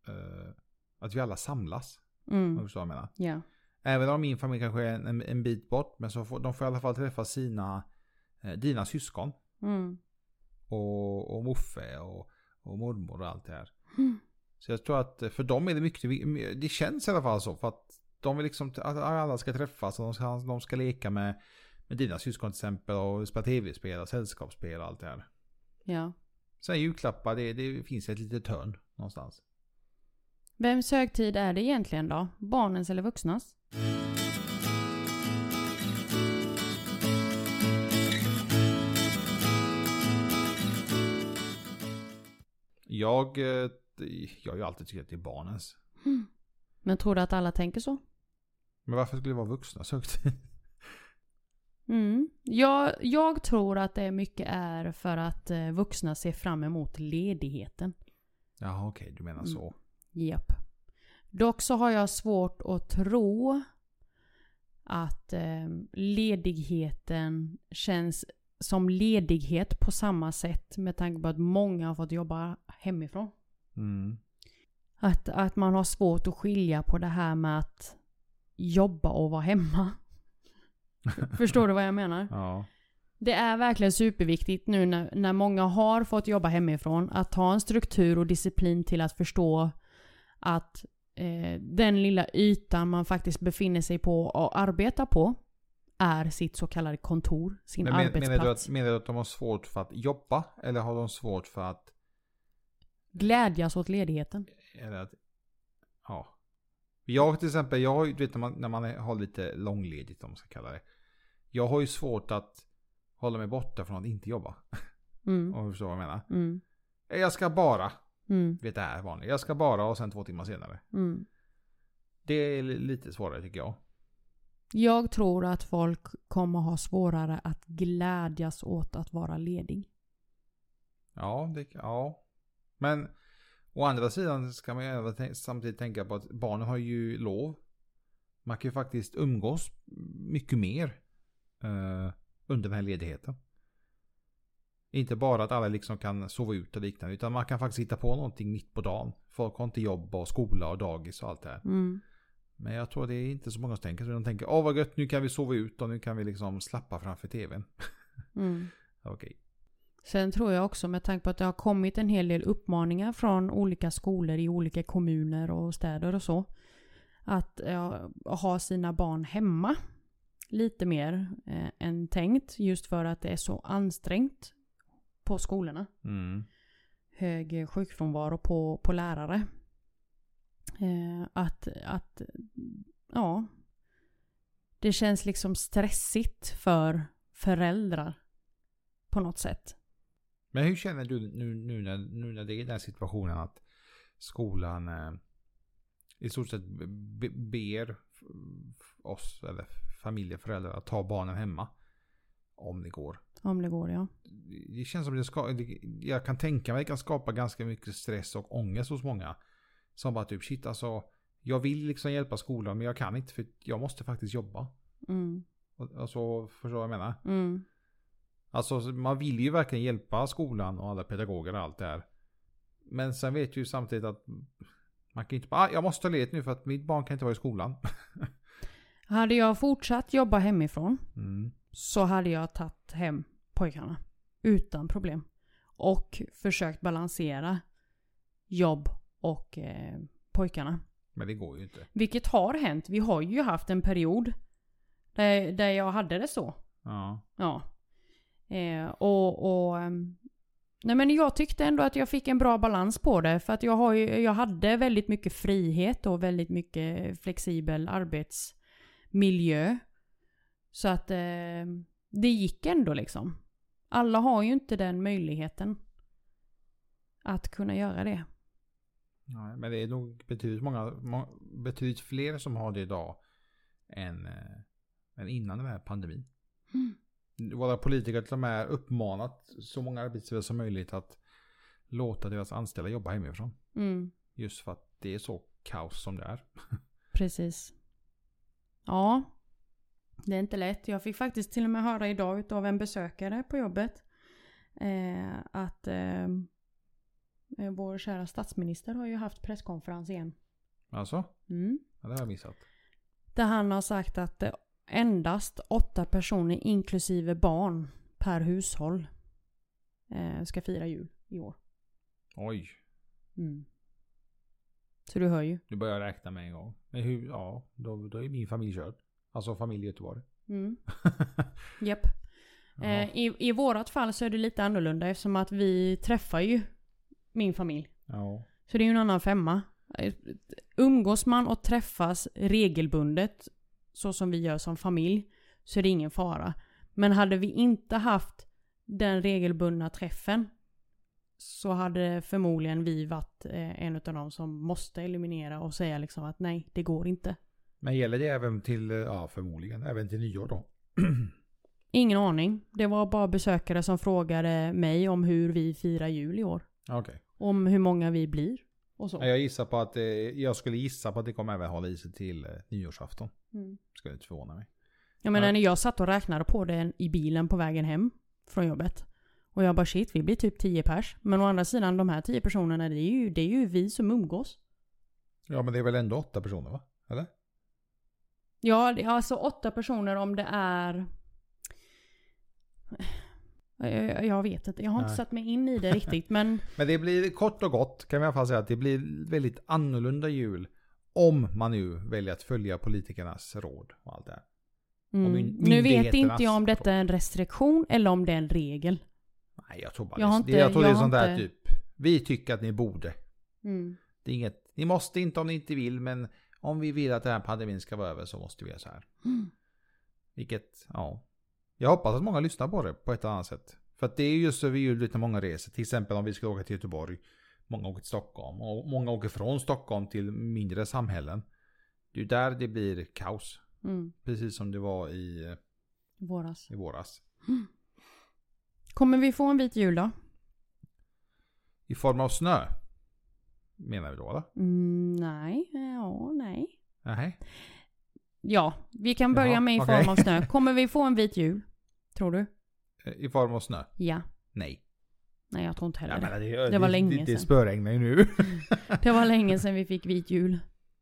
A: att vi alla samlas. Om du förstår vad jag menar.
B: Ja.
A: Även om min familj kanske är en bit bort. Men så de får i alla fall träffa dina syskon. Och moffe och mormor och allt det här. Så jag tror att för dem är det mycket, det känns i alla fall så. För att de vill liksom att alla ska träffas. Och de ska leka med dina syskon till exempel. Och spela tv-spel och sällskapsspel och allt det här.
B: Ja.
A: Sen julklappar, det finns ett litet hörn någonstans.
B: Vems högtid är det egentligen då? Barnens eller vuxnas?
A: Jag har ju alltid tyckt att det är barnens.
B: Men tror du att alla tänker så?
A: Men varför skulle det vara vuxnas högtid?
B: Jag tror att det mycket är för att vuxna ser fram emot ledigheten.
A: Ja, okej, du menar så.
B: Japp. Dock så har jag svårt att tro att ledigheten känns som ledighet på samma sätt med tanke på att många har fått jobba hemifrån. Att man har svårt att skilja på det här med att jobba och vara hemma. Förstår du vad jag menar?
A: Ja.
B: Det är verkligen superviktigt nu när många har fått jobba hemifrån att ha en struktur och disciplin till att förstå att den lilla ytan man faktiskt befinner sig på och arbetar på är sitt så kallade kontor, sin arbetsplats.
A: Menar du att de har svårt för att jobba eller har de svårt för att
B: glädjas åt ledigheten?
A: Eller att, ja. Jag till exempel, du vet när man har lite långledigt om man ska kalla det. Jag har ju svårt att hålla mig borta från att inte jobba. Om du förstår vad jag menar. Jag ska bara. Vet det här är vanligt. Jag ska bara och sen 2 timmar senare. Det är lite svårare tycker jag.
B: Jag tror att folk kommer ha svårare att glädjas åt att vara ledig.
A: Ja. Men å andra sidan ska man ju samtidigt tänka på att barnen har ju lov. Man kan ju faktiskt umgås mycket mer under den här ledigheten. Inte bara att alla liksom kan sova ut och liknande, utan man kan faktiskt hitta på någonting mitt på dagen. Folk har inte jobb och skola och dagis och allt det här. Men jag tror det är inte så många som tänker så. De tänker, vad gött, nu kan vi sova ut och nu kan vi liksom slappa framför tvn. Okej.
B: Sen tror jag också, med tanke på att det har kommit en hel del uppmaningar från olika skolor i olika kommuner och städer och så, att ha sina barn hemma lite mer än tänkt, just för att det är så ansträngt på skolorna. Hög sjukfrånvaro på lärare. Det känns liksom stressigt för föräldrar på något sätt.
A: Men hur känner du nu när det är den här situationen att skolan i stort sett ber oss eller föräldrar att ta barnen hemma om det går?
B: Om det går, ja.
A: Det känns som jag kan tänka mig att det kan skapa ganska mycket stress och ångest hos många. Som bara typ, shit alltså, jag vill liksom hjälpa skolan men jag kan inte för jag måste faktiskt jobba. Alltså, förstår vad jag menar? Alltså, man vill ju verkligen hjälpa skolan och alla pedagoger och allt det här. Men sen vet ju samtidigt att man kan inte bara, jag måste ta ledigt nu för att mitt barn kan inte vara i skolan.
B: Hade jag fortsatt jobba hemifrån så hade jag tagit hem pojkarna utan problem. Och försökt balansera jobb och pojkarna. Men
A: det går ju inte.
B: Vilket har hänt. Vi har ju haft en period där jag hade det så. Ja. Nej, men jag tyckte ändå att jag fick en bra balans på det. För att jag hade väldigt mycket frihet och väldigt mycket flexibel arbetsmiljö. Så att det gick ändå liksom. Alla har ju inte den möjligheten att kunna göra det.
A: Ja, men det är nog betydligt fler som har det idag än innan den här pandemin. Våra politiker till och med uppmanat så många arbetsgivare som möjligt att låta deras anställda jobba hemifrån. Just för att det är så kaos som det är.
B: Precis. Ja, det är inte lätt. Jag fick faktiskt till och med höra idag av en besökare på jobbet att vår kära statsminister har ju haft presskonferens igen.
A: Alltså? Ja, det har jag missat.
B: Där han har sagt att endast 8 personer inklusive barn per hushåll ska fira jul i år.
A: Oj.
B: Så du hör ju.
A: Du börjar räkna med en gång. Men då är min familj körd. Alltså familj i Göteborg.
B: Japp. I vårat fall så är det lite annorlunda eftersom att vi träffar ju min familj.
A: Ja.
B: Så det är ju en annan femma. Umgås man och träffas regelbundet så som vi gör som familj så är det ingen fara. Men hade vi inte haft den regelbundna träffen så hade förmodligen vi varit en av dem som måste eliminera och säga liksom att nej, det går inte.
A: Men gäller det även till, förmodligen, även till nyår då?
B: Ingen aning. Det var bara besökare som frågade mig om hur vi firar jul i år.
A: Okay.
B: Om hur många vi blir och så.
A: Jag skulle gissa på att det kommer även hålla i sig till nyårsafton. Skulle inte förvåna mig.
B: Jag menar när jag satt och räknade på det i bilen på vägen hem från jobbet. Och jag bara shit, vi blir typ 10 pers. Men å andra sidan, de här 10 personerna, det är ju vi som umgås.
A: Ja, men det är väl ändå 8 personer va? Eller?
B: Ja, det är alltså 8 personer om det är... Jag vet inte, jag har inte satt mig in i det riktigt. Men
A: det blir kort och gott kan vi i alla fall säga att det blir väldigt annorlunda jul. Om man nu väljer att följa politikernas råd och allt det här.
B: Nu vet inte jag om detta är en restriktion eller om det är en regel.
A: Nej, jag tror bara det är sånt där typ. Vi tycker att ni borde. Det är inget, ni måste inte om ni inte vill, men om vi vill att den här pandemin ska vara över så måste vi göra så här. Vilket, jag hoppas att många lyssnar på det på ett annat sätt. För att det är just så vi gör lite många resor. Till exempel om vi ska åka till Göteborg. Många åker till Stockholm. Och många åker från Stockholm till mindre samhällen. Det är där det blir kaos. Precis som det var i våras.
B: Kommer vi få en vit jul då?
A: I form av snö? Menar vi då eller?
B: Nej.
A: Nej.
B: Ja, vi kan börja med i form av snö. Kommer vi få en vit jul? Tror du?
A: I form av snö?
B: Ja.
A: Nej,
B: jag tror inte heller
A: det var länge sedan. Det spöregnar ju nu.
B: Det var länge sedan vi fick vit jul.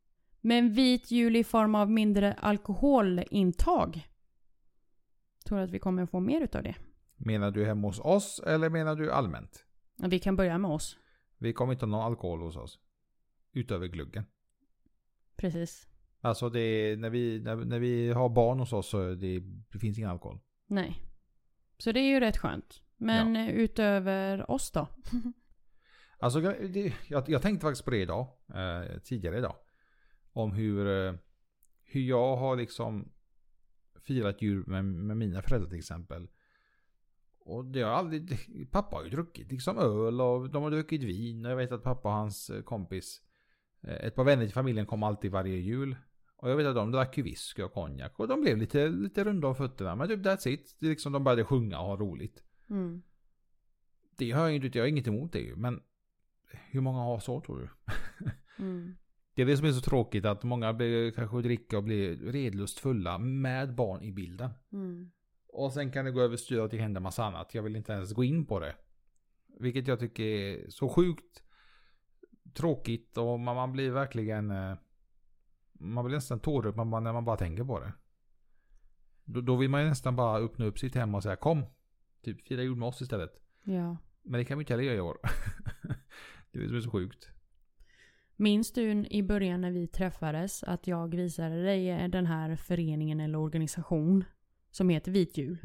B: Men vit jul i form av mindre alkoholintag. Tror du att vi kommer få mer utav det?
A: Menar du hemma hos oss eller menar du allmänt?
B: Ja, vi kan börja med oss.
A: Vi kommer inte ha någon alkohol hos oss. Utöver gluggen.
B: Precis.
A: Alltså det är, när vi har barn hos oss så det finns ingen alkohol.
B: Nej. Så det är ju rätt skönt. Men utöver oss då?
A: Alltså jag tänkte faktiskt på det idag. Tidigare idag. Om hur jag har liksom firat jul med mina föräldrar till exempel. Och det har aldrig... Pappa har ju druckit liksom öl och de har druckit vin. Och jag vet att pappa och hans kompis, ett par vänner till familjen kom alltid varje jul. Och jag vet att de drack ju whisky och konjak. Och de blev lite runda av fötterna. Men typ that's it. Det är liksom, de började sjunga och ha roligt.
B: Mm.
A: Det har jag har inget emot det ju. Men hur många har så tror du? Det är det som är så tråkigt. Att många blir kanske dricka och blir redlust fulla med barn i bilden. Och sen kan det gå över styr att det händer massa annat. Jag vill inte ens gå in på det. Vilket jag tycker är så sjukt tråkigt. Och man blir verkligen... Man blir nästan tårögd när man bara tänker på det. Då vill man ju nästan bara öppna upp sitt hem och säga kom. Typ fira jul med oss istället. Ja. Men det kan vi inte heller göra i år. Det är så sjukt.
B: Minns du i början när vi träffades att jag visade dig den här föreningen eller organisation som heter Vit jul?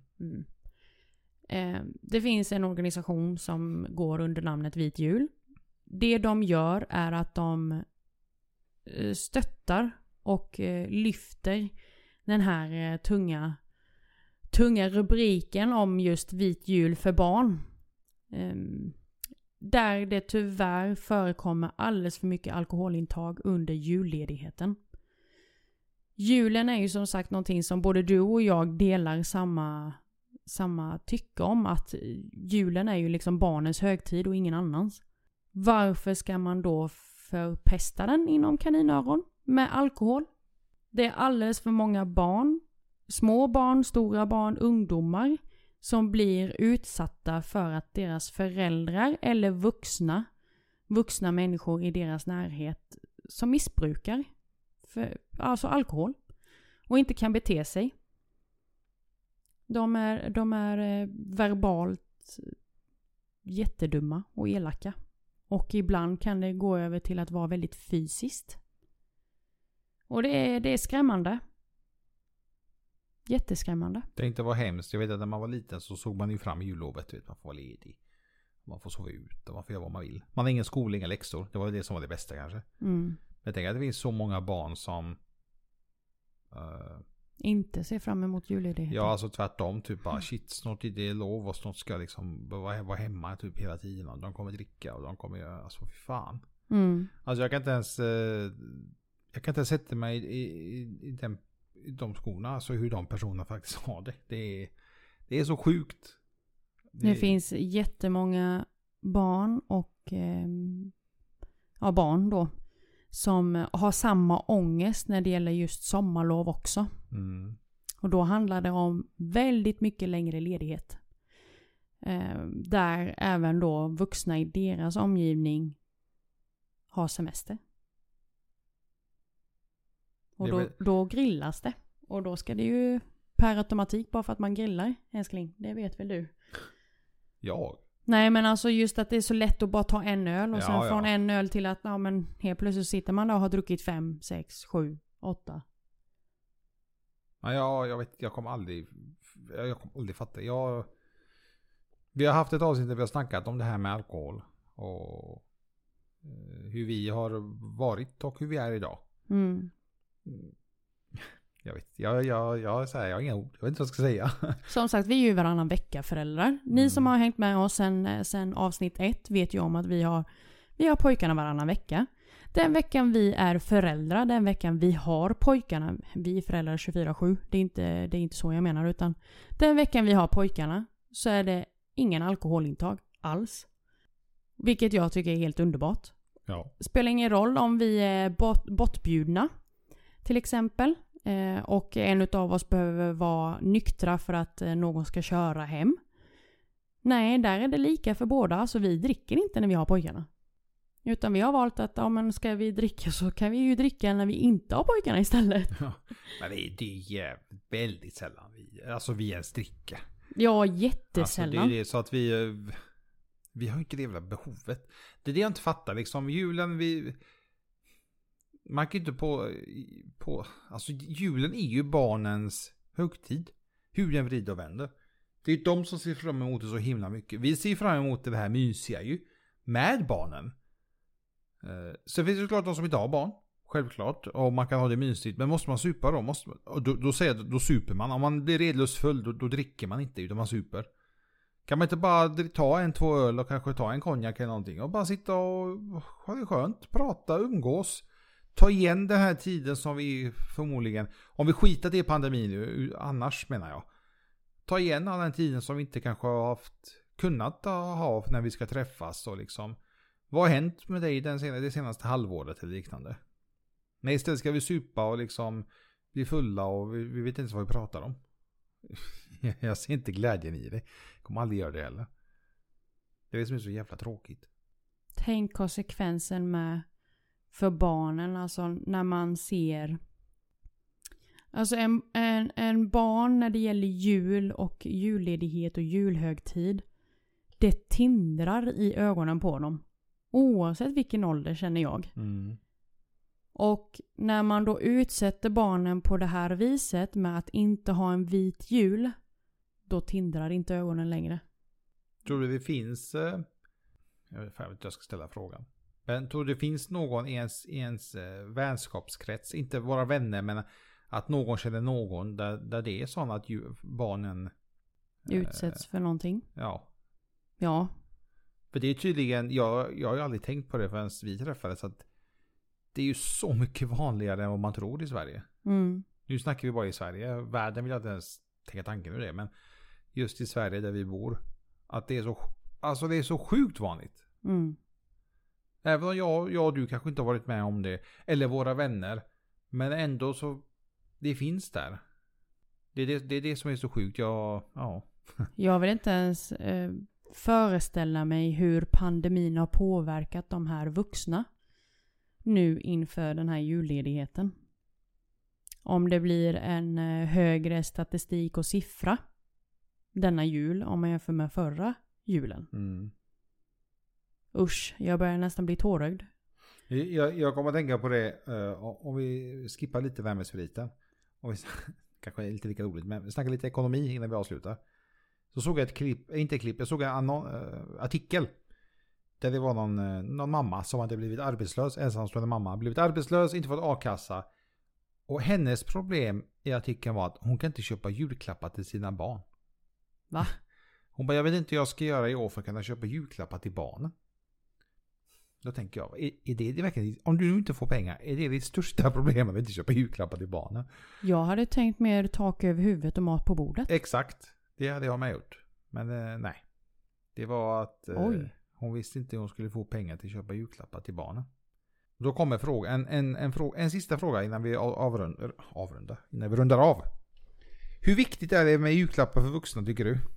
B: Det finns en organisation som går under namnet Vit jul. Det de gör är att de stöttar och lyfter den här tunga rubriken om just vit jul för barn. Där det tyvärr förekommer alldeles för mycket alkoholintag under julledigheten. Julen är ju som sagt någonting som både du och jag delar samma tycke om, att julen är ju liksom barnens högtid och ingen annans. Varför ska man då förpesta den inom kaninöron med alkohol? Det är alldeles för många barn, små barn, stora barn, ungdomar som blir utsatta för att deras föräldrar eller vuxna människor i deras närhet som missbrukar alltså alkohol och inte kan bete sig. De är verbalt jättedumma och elaka. Och ibland kan det gå över till att vara väldigt fysiskt. Och det är skrämmande. Jätteskrämmande.
A: Det inte var hemskt. Jag vet att när man var liten så såg man ju fram i jullovet. Vet, man får vara ledig. Man får sova ut och man får göra vad man vill. Man har ingen skola, inga läxor. Det var det som var det bästa kanske. Men jag tänker att det finns så många barn som...
B: inte ser fram emot julledigheten.
A: Ja, alltså tvärtom. Typ bara shit, snart är det lov och snart ska jag liksom vara hemma typ hela tiden. Och de kommer dricka och de kommer göra... Alltså fy fan. Alltså jag kan inte ens sätta mig i de skorna. Alltså hur de personerna faktiskt har det. Det är så sjukt.
B: Det finns jättemånga barn och barn då som har samma ångest när det gäller just sommarlov också. Och då handlar det om väldigt mycket längre ledighet. Där även då vuxna i deras omgivning har semester. Och då grillas det. Och då ska det ju per automatik, bara för att man grillar, älskling. Det vet väl du?
A: Ja.
B: Nej, men alltså just att det är så lätt att bara ta en öl. Och sen från en öl till att men helt plötsligt sitter man där och har druckit 5, 6, 7, 8.
A: Ja, jag vet. Jag kommer aldrig fatta. Vi har haft ett avsnitt där vi har snackat om det här med alkohol. Och hur vi har varit och hur vi är idag. Jag vet. Jag har inga ord. Jag vet inte vad jag ska säga.
B: Som sagt, vi är ju varannan vecka föräldrar. Ni som har hängt med oss sen avsnitt 1 vet ju om att vi har pojkarna varannan vecka. Den veckan vi är föräldrar, den veckan vi har pojkarna, vi är föräldrar 24/7. Det är inte så jag menar, utan den veckan vi har pojkarna så är det ingen alkoholintag alls. Vilket jag tycker är helt underbart. Ja. Spelar ingen roll om vi är bortbjudna till exempel. Och en av oss behöver vara nyktra för att någon ska köra hem. Nej, där är det lika för båda. Så vi dricker inte när vi har pojkarna. Utan vi har valt att men ska vi dricka så kan vi ju dricka när vi inte har pojkarna istället.
A: Ja, men det är väldigt sällan vi ens dricker.
B: Ja, jättesällan.
A: Alltså det är så att vi har inte det jävla behovet. Det är det jag inte fattar. Liksom julen, man kan inte alltså julen är ju barnens högtid. Hur den vrider och vänder. Det är de som ser fram emot det så himla mycket. Vi ser fram emot det här mysiga ju. Med barnen. Så finns det såklart de som inte har barn. Självklart. Och man kan ha det mysigt. Men måste man supa då? Då super man. Om man blir redlöst full då dricker man inte. Utan man super. Kan man inte bara ta 1-2 öl och kanske ta en konjak eller någonting. Och bara sitta och ha det skönt. Prata, umgås. Ta igen den här tiden som vi förmodligen. Om vi skitar det i pandemin nu. Annars menar jag. Ta igen all den tiden som vi inte kanske har kunnat ha när vi ska träffas och liksom. Vad har hänt med dig det senaste halvåret eller liknande? Nej, istället ska vi supa och liksom bli fulla och vi vet inte vad vi pratar om. Jag ser inte glädjen i det. Jag kommer aldrig göra det heller. Det är det som är så jävla tråkigt.
B: Tänk konsekvensen med för barnen, alltså när man ser. Alltså en barn när det gäller jul och julledighet och julhögtid. Det tindrar i ögonen på dem. Oavsett vilken ålder känner jag.
A: Mm.
B: Och när man då utsätter barnen på det här viset med att inte ha en vit jul. Då tindrar inte ögonen längre.
A: Tror du det finns... Jag vet inte jag ska ställa frågan. Men tror du det finns någon i ens vänskapskrets, inte våra vänner, men att någon känner någon där det är så att barnen...
B: Utsätts för någonting?
A: Ja.
B: Ja.
A: För det är tydligen, jag har ju aldrig tänkt på det förrän vi träffades, att det är ju så mycket vanligare än vad man tror i Sverige.
B: Mm.
A: Nu snackar vi bara i Sverige. Världen vill jag inte ens tänka tanken ur det, men just i Sverige där vi bor, att det är så sjukt vanligt.
B: Mm.
A: Även om jag och du kanske inte har varit med om det, eller våra vänner, men ändå så det finns där. Det är det som är så sjukt. Ja.
B: Jag vill inte ens föreställa mig hur pandemin har påverkat de här vuxna nu inför den här julledigheten. Om det blir en högre statistik och siffra denna jul om man jämför med förra julen.
A: Mm.
B: Usch, jag börjar nästan bli tårögd.
A: Jag kommer att tänka på det om vi skippar lite värmespriten. Och vi kanske är inte lika roligt, men vi snackar lite ekonomi innan vi avslutar. Så såg jag jag såg en artikel där det var någon mamma som hade blivit arbetslös, ensamstående mamma, blivit arbetslös, inte fått a-kassa. Och hennes problem i artikeln var att hon kan inte köpa julklappar till sina barn.
B: Va?
A: Hon bara, jag vet inte hur jag ska göra i år för att kunna köpa julklappar till barnen. Då tänker jag, är det verkligen, om du inte får pengar, är det ditt största problem att inte köpa julklappar till barnen?
B: Jag hade tänkt mer tak över huvudet och mat på bordet.
A: Exakt, det hade jag med gjort. Men nej. Det var att hon visste inte hur hon skulle få pengar till att köpa julklappar till barnen. Då kommer en sista fråga innan vi innan vi rundar av. Hur viktigt är det med julklappar för vuxna, tycker du?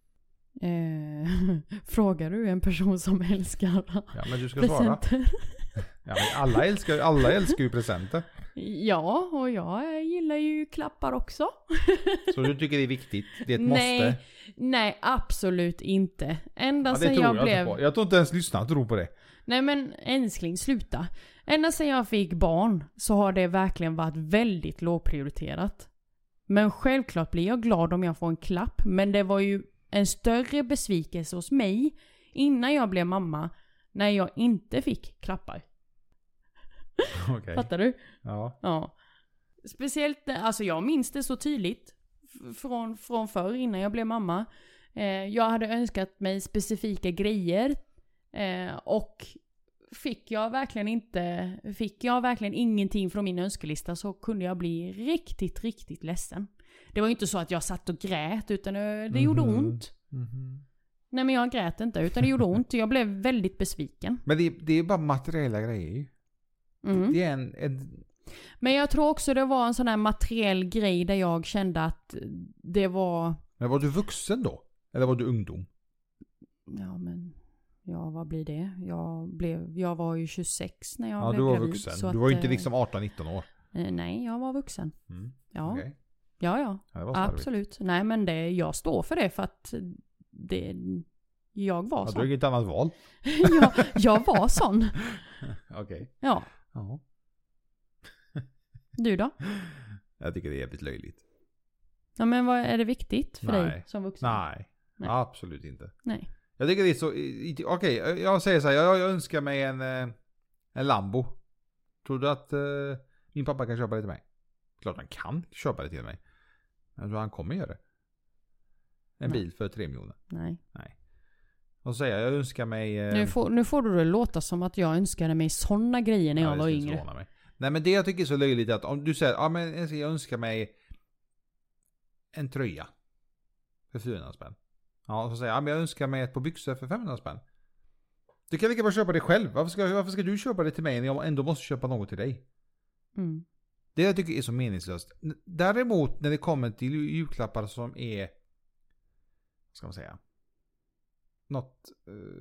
B: Frågar du en person som älskar
A: ja, men du ska
B: presenter?
A: Svara. Ja, men alla älskar ju presenter.
B: Ja, och jag gillar ju klappar också.
A: Så du tycker det är viktigt? Det är ett måste?
B: Nej, absolut inte. Ända sen
A: jag tror inte ens lyssnat tror på det.
B: Nej men älskling, sluta. Ända sen jag fick barn så har det verkligen varit väldigt lågprioriterat. Men självklart blir jag glad om jag får en klapp. Men det var ju en större besvikelse hos mig innan jag blev mamma när jag inte fick klappar.
A: Okay.
B: Fattar du?
A: Ja.
B: Speciellt, alltså jag minns det så tydligt från förr innan jag blev mamma. Jag hade önskat mig specifika grejer och fick jag verkligen ingenting från min önskelista så kunde jag bli riktigt, riktigt ledsen. Det var ju inte så att jag satt och grät utan det gjorde ont.
A: Mm-hmm.
B: Nej men jag grät inte utan det gjorde ont. Jag blev väldigt besviken.
A: Men det är bara materiella grejer.
B: Mm.
A: Det är en...
B: Men jag tror också det var en sån här materiell grej där jag kände att det var...
A: Men var du vuxen då? Eller var du ungdom?
B: Ja men... Ja, vad blir det? Jag var ju 26 när jag
A: Ja,
B: blev
A: du var
B: gravid.
A: vuxen.
B: Så
A: Du var ju
B: att,
A: inte liksom 18-19 år.
B: Nej, jag var vuxen. Ja.
A: Okej.
B: Ja,
A: Ja, det var slarvigt.
B: absolut. Nej, men jag står för det för att jag var
A: Ja, du
B: sån.
A: har inget annat val.
B: jag var sån.
A: Okej.
B: Ja.
A: Ja.
B: Du då?
A: Jag tycker det är jävligt löjligt.
B: Ja, men vad är det viktigt för
A: Nej.
B: dig som vuxen?
A: Nej. Absolut inte.
B: Nej.
A: Jag tycker det är så... Okej, jag säger så här. Jag önskar mig en Lambo. Tror du att min pappa kan köpa det till mig? Klart han kan köpa det till mig. Jag tror han kommer göra det. En bil för 3 miljoner.
B: Nej.
A: Och så säger jag önskar mig...
B: Nu får du det låta som att jag önskade mig såna grejer när jag var yngre.
A: Mig. Nej, men det jag tycker är så löjligt är att om du säger jag önskar mig en tröja för 400 spänn. Ja, och så säger jag men jag önskar mig ett par byxor för 500 spänn. Du kan lika bara köpa det själv. Varför ska du köpa det till mig när jag ändå måste köpa något till dig?
B: Mm.
A: Det jag tycker är så meningslöst. Däremot när det kommer till julklappar som är, ska man säga, något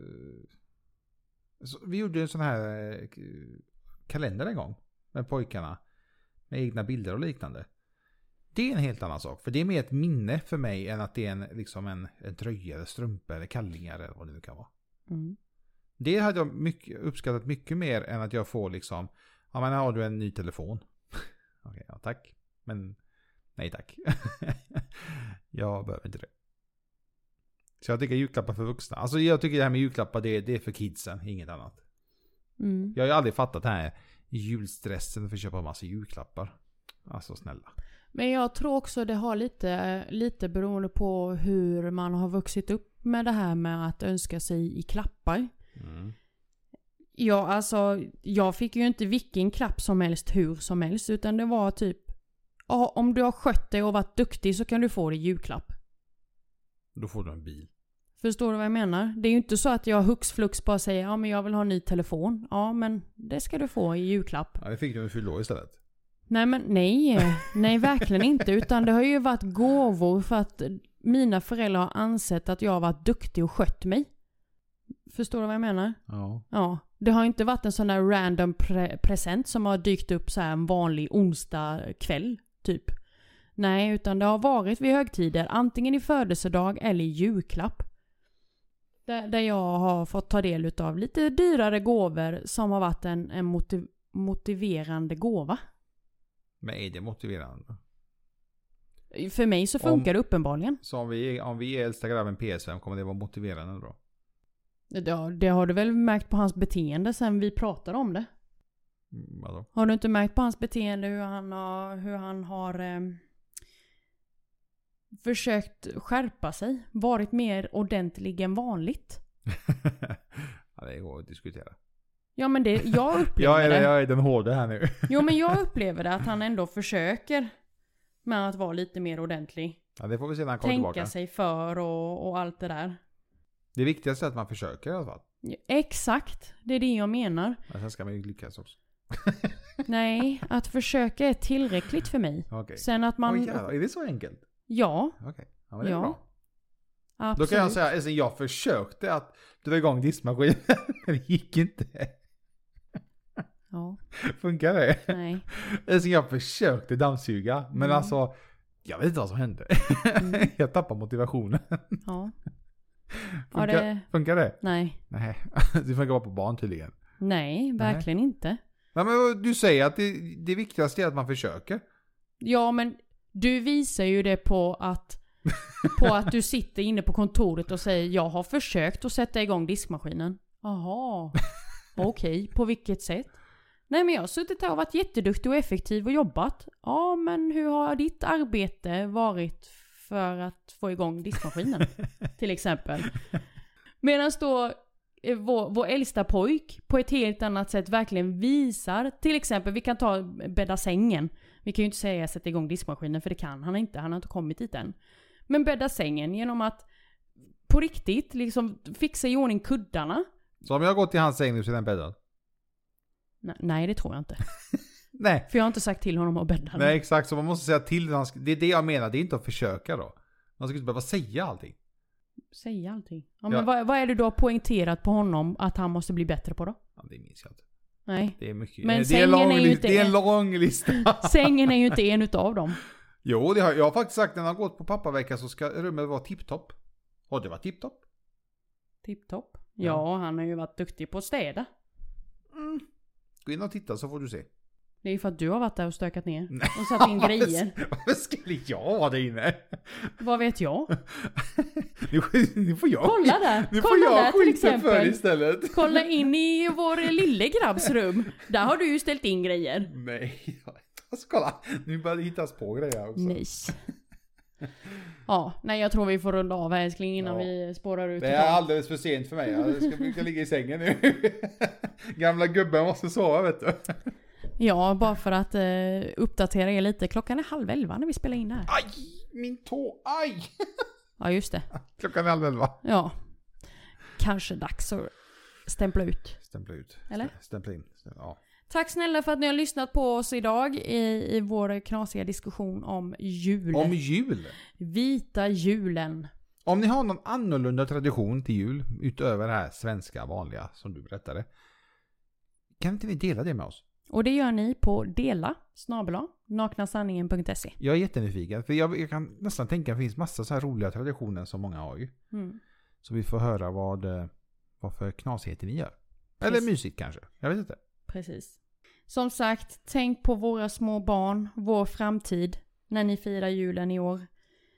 A: vi gjorde en sån här kalender en gång med pojkarna med egna bilder och liknande. Det är en helt annan sak, för det är mer ett minne för mig än att det är liksom en tröja eller strumpor eller kallingar eller vad det nu kan vara. Det hade jag uppskattat mycket mer än att jag får liksom, ja men har du en ny telefon? Okej, ja tack. Men nej tack. Jag behöver inte det. Så jag tycker julklappar för vuxna. Alltså jag tycker det här med julklappar det är för kidsen, inget annat. Jag har ju aldrig fattat det här julstressen för att köpa en massa julklappar. Alltså snälla.
B: Men jag tror också det har lite beroende på hur man har vuxit upp med det här med att önska sig i klappar. Ja, alltså jag fick ju inte vilken klapp som helst hur som helst, utan det var typ om du har skött dig och varit duktig så kan du få det i julklapp.
A: Då får du en bil.
B: Förstår du vad jag menar? Det är ju inte så att jag hux flux bara säger ja men jag vill ha en ny telefon. Ja men det ska du få i julklapp.
A: Ja, det fick du med fylla istället.
B: Nej verkligen inte, utan det har ju varit gåvor för att mina föräldrar har ansett att jag har varit duktig och skött mig. Förstår du vad jag menar? Ja. Det har inte varit en sån där random present som har dykt upp så här en vanlig onsdag kväll typ. Nej, utan det har varit vid högtider, antingen i födelsedag eller i julklapp. Där jag har fått ta del av lite dyrare gåvor som har varit en motiverande gåva.
A: Men är det motiverande?
B: För mig så funkar det uppenbarligen.
A: Så om vi älskar grabben PS5 kommer det vara motiverande då?
B: Ja, det har du väl märkt på hans beteende sen vi pratade om det.
A: Vadå?
B: Har du inte märkt på hans beteende hur han har försökt skärpa sig? Varit mer ordentlig än vanligt?
A: Ja, det går att diskutera.
B: Ja, men jag upplever det.
A: Jag är den hårda här nu.
B: Jo, men jag upplever det att han ändå försöker med att vara lite mer ordentlig.
A: Ja, det får vi se när han kommer tillbaka.
B: Tänka sig för och allt det där.
A: Det viktigaste är att man försöker i alla fall.
B: Ja, exakt, det är det jag menar.
A: Men sen ska man ju lyckas också.
B: Nej, att försöka är tillräckligt för mig.
A: Okay.
B: Sen att man...
A: Jävlar, är det så enkelt?
B: Ja.
A: Okej, ja, men det är bra.
B: Absolut.
A: Då kan jag säga, alltså, jag försökte att dra igång diskmaskinen, men det gick inte.
B: Ja.
A: Funkar det?
B: Nej.
A: Alltså, jag försökte dammsuga, men alltså, jag vet inte vad som hände. Jag tappade motivationen.
B: Ja.
A: Funkar det?
B: Nej.
A: Nej, det funkar bara på barn tydligen.
B: Nej, verkligen inte.
A: Nej, men du säger att det viktigaste är att man försöker.
B: Ja, men du visar ju det på att du sitter inne på kontoret och säger jag har försökt att sätta igång diskmaskinen. Jaha. Okej, på vilket sätt? Nej, men jag har suttit här och varit jätteduktig och effektiv och jobbat. Ja, men hur har ditt arbete varit för att få igång diskmaskinen? Till exempel. Medan då vår äldsta pojk på ett helt annat sätt verkligen visar, till exempel, vi kan ta bädda sängen. Vi kan ju inte säga sätta igång diskmaskinen, för det kan han har inte kommit dit än. Men bädda sängen genom att på riktigt liksom fixa i ordning kuddarna. Så
A: om jag går till hans säng nu så är den bäddad?
B: Nej, det tror jag inte.
A: Nej.
B: För jag har inte sagt till honom att bädda.
A: Nej, exakt. Så man måste säga till. Det är det jag menar. Det är inte att försöka då. Man ska inte behöva säga allting.
B: säga allting. Ja, men vad är det du har poängterat på honom att han måste bli bättre på då?
A: Ja, det minns jag inte.
B: Nej.
A: Det är mycket.
B: Men
A: det är en lång lista.
B: Sängen är ju inte en utav dem.
A: Jo, jag har faktiskt sagt när han har gått på pappavecka så ska rummet vara tipptopp. Har det varit tipptopp?
B: Tipptopp? Ja, han har ju varit duktig på att städa.
A: Gå in och titta så får du se.
B: Det är ju för att du har varit där och stökat ner. Och satt in grejer.
A: Varför skulle jag vara där inne?
B: Vad vet jag?
A: Nu får jag.
B: Kolla där.
A: Nu
B: Kolla
A: får jag
B: där till
A: skiten för
B: exempel.
A: istället.
B: Kolla in i vår lille grabbs rum. Där har du ju ställt in grejer.
A: Nej. Alltså, kolla. Nu börjar det hittas på grejer också.
B: Nej. Ja, nej jag tror vi får runda av älskling innan vi spårar ut.
A: Det är alldeles för sent för mig. Jag ska ligga i sängen nu. Gamla gubben måste sova, vet du.
B: Ja, bara för att uppdatera er lite. Klockan är 10:30 när vi spelar in det här.
A: Aj, min tå, aj!
B: Ja, just det.
A: Klockan är 11:30.
B: Ja. Kanske dags att stämpla ut.
A: Stämpla ut.
B: Eller?
A: Stämpla in. Ja.
B: Tack snälla för att ni har lyssnat på oss idag i vår knasiga diskussion om jul.
A: Om jul?
B: Vita julen.
A: Om ni har någon annorlunda tradition till jul utöver det här svenska vanliga som du berättade, kan inte ni dela det med oss?
B: Och det gör ni på dela@naknasanningen.se.
A: Jag är jättenyfiken, för jag kan nästan tänka att det finns massa så här roliga traditioner som många har ju. Så vi får höra vad för knasigheter ni gör. Eller mysigt kanske, jag vet inte.
B: Precis. Som sagt, tänk på våra små barn, vår framtid när ni firar julen i år.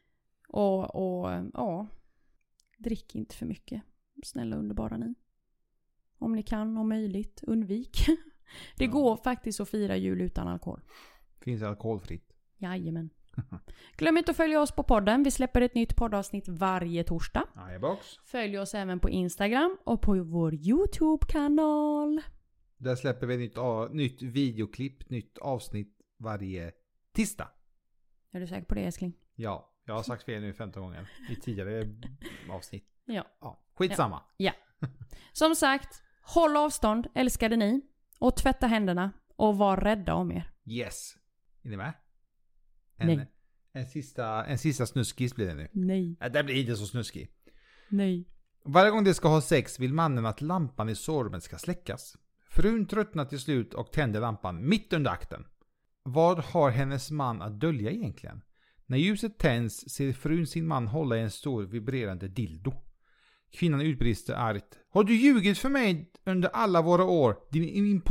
B: Och ja, drick inte för mycket. Snälla underbara ni. Om ni kan, om möjligt, undvik. Det går faktiskt att fira jul utan alkohol.
A: Finns alkoholfritt.
B: Jajamän. Glöm inte att följa oss på podden. Vi släpper ett nytt poddavsnitt varje torsdag. Följ oss även på Instagram och på vår YouTube-kanal.
A: Där släpper vi nytt videoklipp, nytt avsnitt varje tisdag.
B: Är du säker på det, älskling?
A: Ja, jag har sagt fel nu 15 gånger i tidigare avsnitt.
B: Ja.
A: Skitsamma.
B: Ja. Som sagt, håll avstånd, älskade ni. Och tvätta händerna. Och var rädda om er.
A: Yes. Är ni med?
B: Nej.
A: En sista snuskis blir det nu.
B: Nej.
A: Det blir inte så snuskig.
B: Nej.
A: Varje gång de ska ha sex vill mannen att lampan i sovrummet ska släckas. Frun tröttnar till slut och tänder lampan mitt under akten. Vad har hennes man att dölja egentligen? När ljuset tänds ser frun sin man hålla i en stor vibrerande dildo. Kvinnan utbrister argt. Har du ljugit för mig under alla våra år, din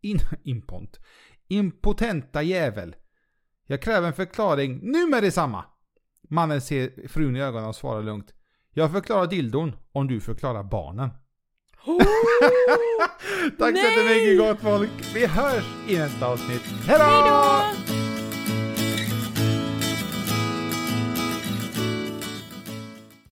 A: impotenta jävel? Jag kräver en förklaring nu med detsamma. Mannen ser frun i ögonen och svarar lugnt. Jag förklarar dildon om du förklarar barnen. Tack så mycket gott folk. Vi hörs i nästa avsnitt. Hej då!